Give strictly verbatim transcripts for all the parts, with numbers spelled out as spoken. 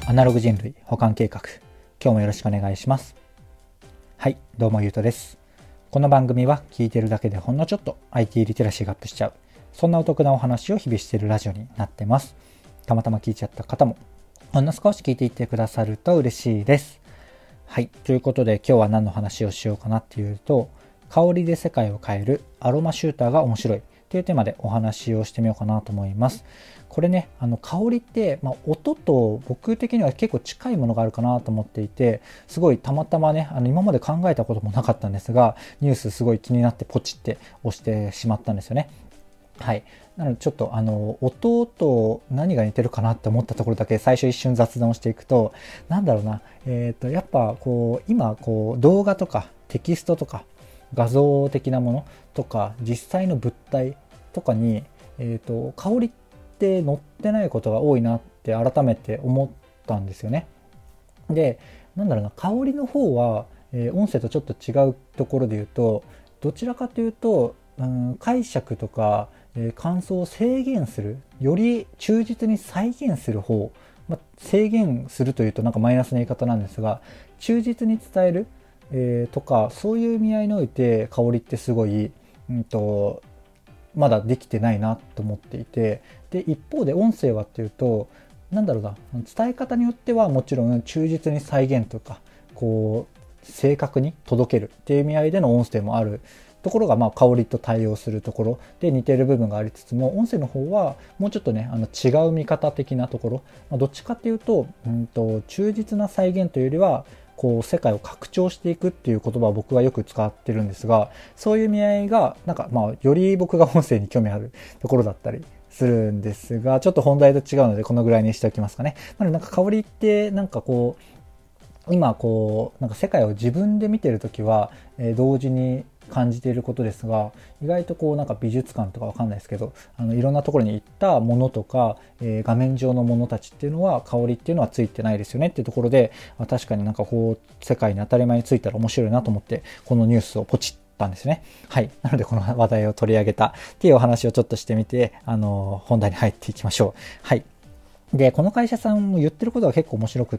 アナログ人類補完計画、今日もよろしくお願いします。はい、どうもゆうとです。この番組は聞いてるだけでほんのちょっと アイティー リテラシーがアップしちゃう、そんなお得なお話を日々しているラジオになってます。たまたま聞いちゃった方もほんの少し聞いていってくださると嬉しいです。はい、ということで今日は何の話をしようかなっていうと、香りで世界を変えるアロマシューターが面白いというテーマでお話をしてみようかなと思います。これね、あの香りって、まあ、音と僕的には結構近いものがあるかなと思っていて、すごいたまたまね、あの今まで考えたこともなかったんですが、ニュースすごい気になってポチって押してしまったんですよね。はい。なのでちょっとあの音と何が似てるかなって思ったところだけ最初一瞬雑談をしていくと、なんだろうな、えっとやっぱこう今こう動画とかテキストとか画像的なものとか実際の物体とかに、えっと香りって載ってないことが多いなって改めて思ったんですよね。で、なんだろうな、香りの方は、えー音声とちょっと違うところで言うと、どちらかというと、うん、解釈とか、えー感想を制限する、より忠実に再現する方、まあ、制限するというとなんかマイナスな言い方なんですが、忠実に伝える、えーとか、そういう意味合いにおいて香りってすごい、うんと、まだできてないなと思っていて、で一方で音声はっていうと、なんだろうな、伝え方によってはもちろん忠実に再現とか、こう正確に届けるっていう意味合いでの音声もあるところが、まあ香りと対応するところで似ている部分がありつつも、音声の方はもうちょっとね、あの違う見方的なところ、まあ、どっちかっていうと、うんと忠実な再現というよりはこう世界を拡張していくっていう言葉を僕はよく使ってるんですが、そういう意味合いがなんかまあより僕が音声に興味あるところだったりするんですが、ちょっと本題と違うのでこのぐらいにしておきますかね。なのでなんか香りってなんかこう今こうなんか世界を自分で見てるときは、えー同時に感じていることですが、意外とこうなんか美術館とかわかんないですけど、あのいろんなところに行ったものとか、えー画面上のものたちっていうのは香りっていうのはついてないですよねっていうところで、まあ確かになんかこう世界に当たり前についたら面白いなと思ってこのニュースをポチったんですね。はい。なのでこの話題を取り上げたっていうお話をちょっとしてみて、あの本題に入っていきましょう。はい。で、この会社さんも言ってることが結構面白くって、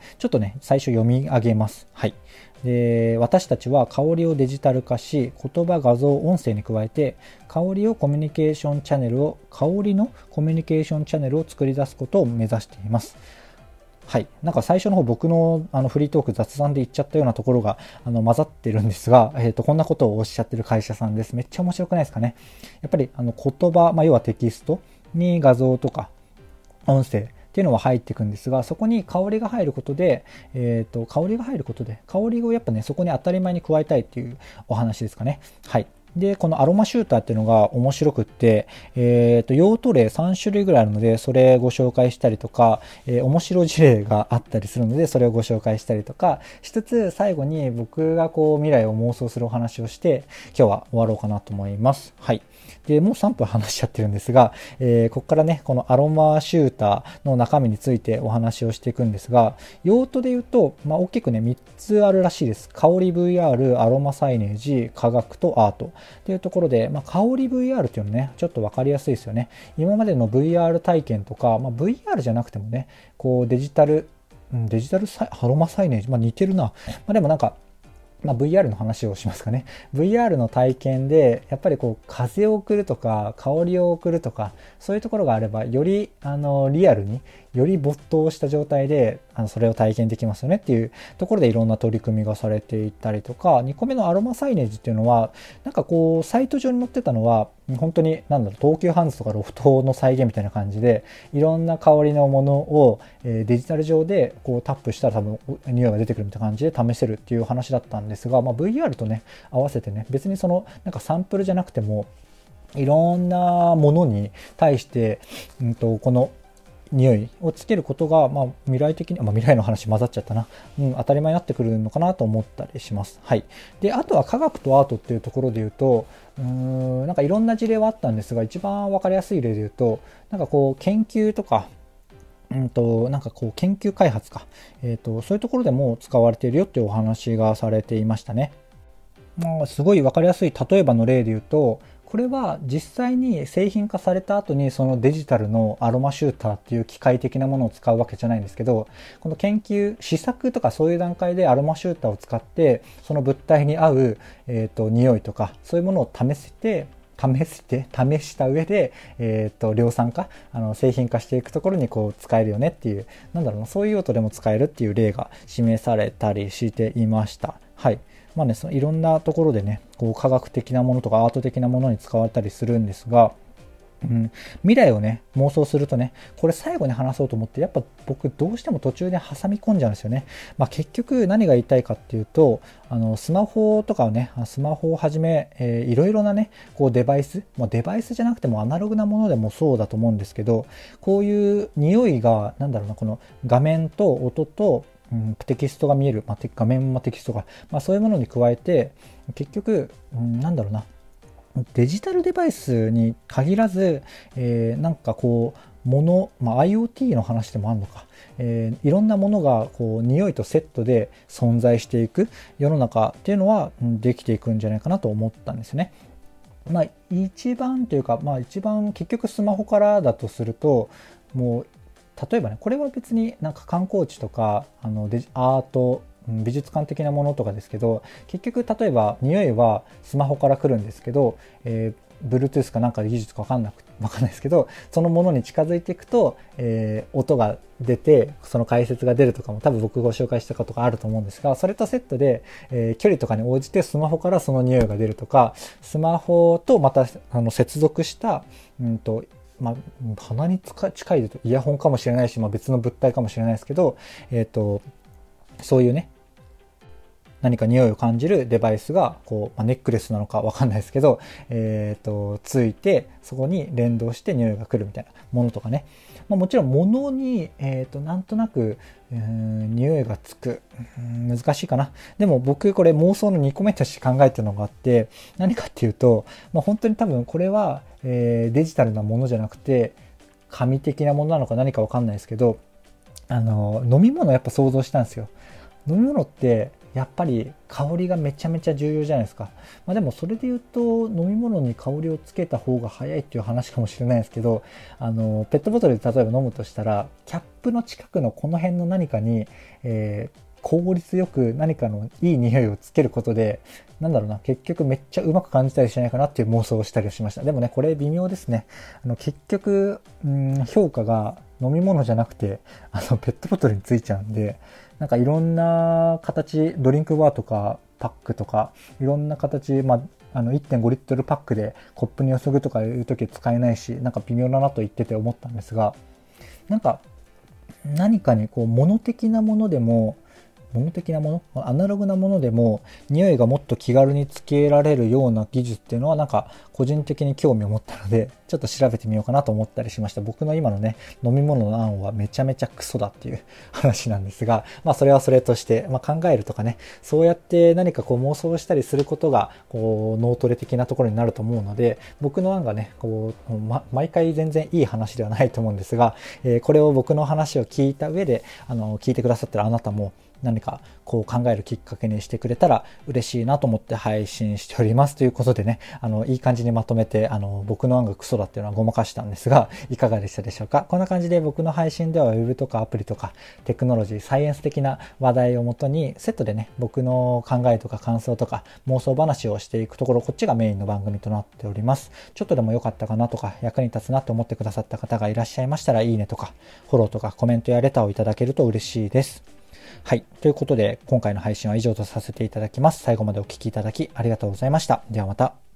ちょっとね、最初読み上げます。はい。で、私たちは香りをデジタル化し、言葉、画像、音声に加えて、香りをコミュニケーションチャンネルを、香りのコミュニケーションチャンネルを作り出すことを目指しています。はい。なんか最初の方僕のあのフリートーク雑談で言っちゃったようなところがあの混ざってるんですが、えっと、こんなことをおっしゃってる会社さんです。めっちゃ面白くないですかね。やっぱりあの言葉、まあ、要はテキストに画像とか、音声っていうのは入っていくんですが、そこに香りが入ることで、えっと、香りが入ることで、香りをやっぱね、そこに当たり前に加えたいっていうお話ですかね。はい。で、このアロマシューターっていうのが面白くって、えっと、用途例さん種類ぐらいあるので、それご紹介したりとか、えー面白い事例があったりするので、それをご紹介したりとか、しつつ、最後に僕がこう未来を妄想するお話をして、今日は終わろうかなと思います。はい。で、もうさんぷん話しちゃってるんですが、えーここからね、このアロマシューターの中身についてお話をしていくんですが、用途で言うと、まあ、大きくね、みっつあるらしいです。香り ブイアール、アロマサイネージ、科学とアート。っていうところで、まあ、香り ブイアール っていうのね、ちょっとわかりやすいですよね。今までの ブイアール 体験とか、まあ、ブイアール じゃなくてもね、こうデジタル、うんデジタルサイアロマサイネージ、まあ、似てるな。まあ、でもなんか、まあ、ブイアール の話をしますかね。ブイアール の体験で、やっぱりこう、風を送るとか、香りを送るとか、そういうところがあれば、より、あの、リアルに、より没頭した状態で、あの、それを体験できますよねっていうところでいろんな取り組みがされていたりとか、にこめのアロマサイネージっていうのは、なんかこう、サイト上に載ってたのは、本当に、なんだろう、東急ハンズとかロフトの再現みたいな感じで、いろんな香りのものを、えーデジタル上でこうタップしたら多分匂いが出てくるみたいな感じで試せるっていう話だったんですが、まあ、ブイアール とね、合わせてね、別にその、なんかサンプルじゃなくても、いろんなものに対して、うんと、この匂いをつけることが、まあ、未来的に、まあ、未来の話混ざっちゃったな、うん、当たり前になってくるのかなと思ったりします。はい。で、あとは科学とアートっていうところで言うと、うーん、なんかいろんな事例はあったんですが、一番わかりやすい例で言うと、なんかこう、研究とか、うんと、なんかこう、研究開発か、えっと、そういうところでも使われているよっていうお話がされていましたね。まあ、すごいわかりやすい例えばの例で言うと、 これは実際に製品化された後にそのデジタルのアロマシューターっていう機械的なものを使うわけじゃないんですけど、この研究、試作とかそういう段階でアロマシューターを使ってその物体に合う、えーと、匂いとかそういうものを試せて、試して試した上で、えーと、量産化、あの製品化していくところにこう使えるよねっていう、なんだろうな、そういう用途でも使えるっていう例が示されたりしていました。はい。まあね、そのいろんなところでね、こう科学的なものとかアート的なものに使われたりするんですが、うん、未来をね妄想するとね、これ最後に話そうと思ってやっぱ僕どうしても途中で挟み込んじゃうんですよね。まあ、結局何が言いたいかっていうと、あのスマホとかをね、スマホをはじめ、えー、いろいろなねこうデバイス、まあ、デバイスじゃなくてもアナログなものでもそうだと思うんですけど、こういう匂いがなんだろうな、この画面と音とうん、テキストが見える、まあ、画面もテキストが、まあ、そういうものに加えて結局、うん、なんだろうな、デジタルデバイスに限らず、えー、なんかこうもの、まあ、IoT の話でもあるのか、えー、いろんなものがこう匂いとセットで存在していく世の中っていうのはできていくんじゃないかなと思ったんですね。まあ、一番というか、まあ、一番結局スマホからだとすると、もう例えばね、これは別になんか観光地とかあのデジアート美術館的なものとかですけど、結局例えば匂いはスマホから来るんですけど、えー、Bluetooth かなんかで技術か分かんなく分かんないですけど、そのものに近づいていくと、えー、音が出てその解説が出るとかも多分僕ご紹介したことがあると思うんですが、それとセットで、えー、距離とかに応じてスマホからその匂いが出るとか、スマホとまたあの接続した、うんとまあ、鼻に近いとイヤホンかもしれないし、まあ、別の物体かもしれないですけど、えーと、そういうね、何か匂いを感じるデバイスがこう、まあ、ネックレスなのかわかんないですけど、えーと、ついてそこに連動して匂いが来るみたいなものとかね、まあ、もちろん物に、えーと、なんとなく、えー、匂いがつく、難しいかな。でも僕これ妄想のにこめとして考えてるのがあって、何かっていうと、まあ、本当に多分これは、えー、デジタルなものじゃなくて紙的なものなのか何かわかんないですけど、あの飲み物やっぱ想像したんですよ。飲み物ってやっぱり香りがめちゃめちゃ重要じゃないですか。まあ、でもそれで言うと飲み物に香りをつけた方が早いっていう話かもしれないですけど、あのペットボトルで例えば飲むとしたらキャップの近くのこの辺の何かに、えー、効率よく何かのいい匂いをつけることで、なんだろうな、結局めっちゃうまく感じたりしないかなっていう妄想をしたりしました。でもね、これ微妙ですね。あの結局、うん、評価が飲み物じゃなくてあのペットボトルについちゃうんで、なんかいろんな形、ドリンクバーとかパックとかいろんな形、まあ、あの いってんごリットルパックでコップに注ぐとかいう時使えないし、なんか微妙だなと言ってて思ったんですが、なんか何かにこう物的なものでも物的なもの、アナログなものでも匂いがもっと気軽につけられるような技術っていうのはなんか個人的に興味を持ったので、ちょっと調べてみようかなと思ったりしました。僕の今のね、飲み物の案はめちゃめちゃクソだっていう話なんですが、まあそれはそれとして、まあ、考えるとかね、そうやって何かこう妄想したりすることがこう脳トレ的なところになると思うので、僕の案がね、こう、ま、毎回全然いい話ではないと思うんですが、えー、これを僕の話を聞いた上で、あの、聞いてくださってるあなたも、何かこう考えるきっかけにしてくれたら嬉しいなと思って配信しておりますということでね、あのいい感じにまとめて、あの僕の案がクソだっていうのはごまかしたんですが、いかがでしたでしょうか。こんな感じで僕の配信では Web とかアプリとかテクノロジー、サイエンス的な話題をもとにセットでね、僕の考えとか感想とか妄想話をしていくところ、こっちがメインの番組となっております。ちょっとでも良かったかなとか役に立つなと思ってくださった方がいらっしゃいましたら、いいねとかフォローとかコメントやレターをいただけると嬉しいです。はい。ということで、今回の配信は以上とさせていただきます。最後までお聞きいただきありがとうございました。ではまた。